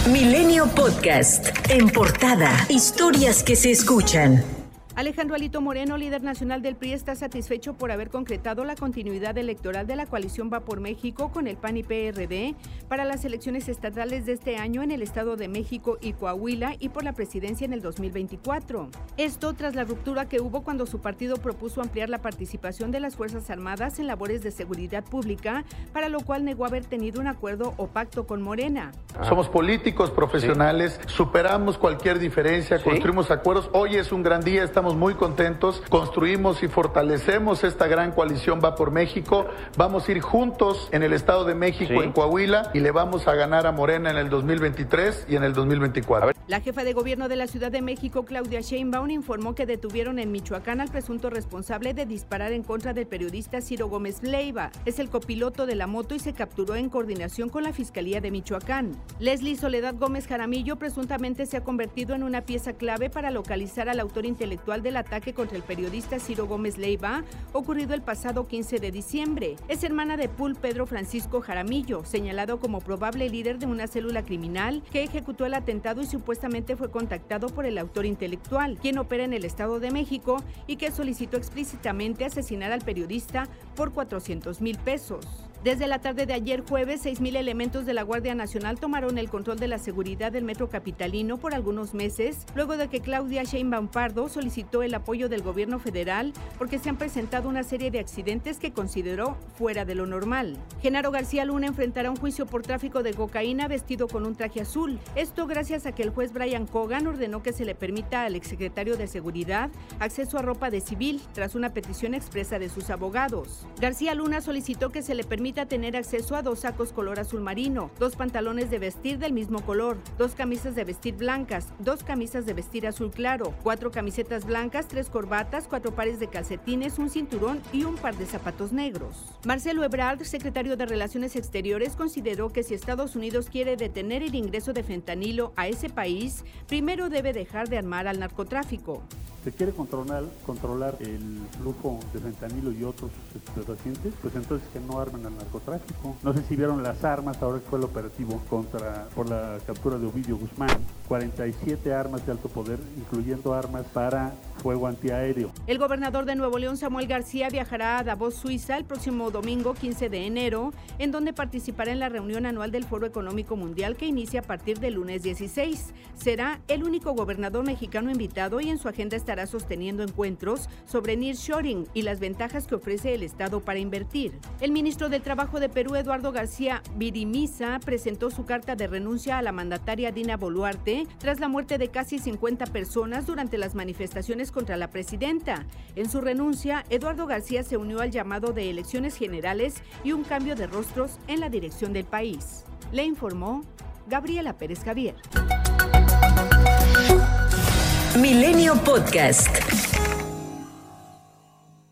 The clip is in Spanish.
Milenio Podcast. En portada, historias que se escuchan. Alejandro Alito Moreno, líder nacional del PRI, está satisfecho por haber concretado la continuidad electoral de la coalición Va por México con el PAN y PRD para las elecciones estatales de este año en el Estado de México y Coahuila y por la presidencia en el 2024. Esto tras la ruptura que hubo cuando su partido propuso ampliar la participación de las Fuerzas Armadas en labores de seguridad pública, para lo cual negó haber tenido un acuerdo o pacto con Morena. Somos políticos profesionales, superamos cualquier diferencia, construimos acuerdos. Hoy es un gran día, estamos muy contentos, construimos y fortalecemos esta gran coalición Va por México. Vamos a ir juntos en el Estado de México, en Coahuila, y le vamos a ganar a Morena en el 2023 y en el 2024. La jefa de gobierno de la Ciudad de México, Claudia Sheinbaum, informó que detuvieron en Michoacán al presunto responsable de disparar en contra del periodista Ciro Gómez Leiva. Es el copiloto de la moto y se capturó en coordinación con la Fiscalía de Michoacán. Leslie Soledad Gómez Jaramillo presuntamente se ha convertido en una pieza clave para localizar al autor intelectual del ataque contra el periodista Ciro Gómez Leiva, ocurrido el pasado 15 de diciembre. Es hermana de Paul Pedro Francisco Jaramillo, señalado como probable líder de una célula criminal que ejecutó el atentado y supuestamente fue contactado por el autor intelectual, quien opera en el Estado de México y que solicitó explícitamente asesinar al periodista por 400,000 pesos. Desde la tarde de ayer jueves, 6,000 elementos de la Guardia Nacional tomaron el control de la seguridad del metro capitalino por algunos meses, luego de que Claudia Sheinbaum Pardo solicitó el apoyo del gobierno federal porque se han presentado una serie de accidentes que consideró fuera de lo normal. Genaro García Luna enfrentará un juicio por tráfico de cocaína vestido con un traje azul. Esto gracias a que el juez Brian Cogan ordenó que se le permita al exsecretario de Seguridad acceso a ropa de civil tras una petición expresa de sus abogados. García Luna solicitó que se le permita tener acceso a 2 sacos color azul marino, 2 pantalones de vestir del mismo color, 2 camisas de vestir blancas, 2 camisas de vestir azul claro, 4 camisetas blancas, 3 corbatas, 4 pares de calcetines, un cinturón y un par de zapatos negros. Marcelo Ebrard, secretario de Relaciones Exteriores, consideró que si Estados Unidos quiere detener el ingreso de fentanilo a ese país, primero debe dejar de armar al narcotráfico. Se quiere controlar el flujo de fentanilo y otros estupefacientes, pues entonces que no armen al narcotráfico. No sé si vieron las armas, ahora que fue el operativo por la captura de Ovidio Guzmán, 47 armas de alto poder, incluyendo armas para fuego antiaéreo. El gobernador de Nuevo León, Samuel García, viajará a Davos, Suiza, el próximo domingo 15 de enero, en donde participará en la reunión anual del Foro Económico Mundial que inicia a partir del lunes 16. Será el único gobernador mexicano invitado y en su agenda estará sosteniendo encuentros sobre nearshoring y las ventajas que ofrece el Estado para invertir. El ministro del Trabajo de Perú, Eduardo García Birimiza, presentó su carta de renuncia a la mandataria Dina Boluarte tras la muerte de casi 50 personas durante las manifestaciones contra la presidenta. En su renuncia, Eduardo García se unió al llamado de elecciones generales y un cambio de rostros en la dirección del país. Le informó Gabriela Pérez Javier. Milenio Podcast.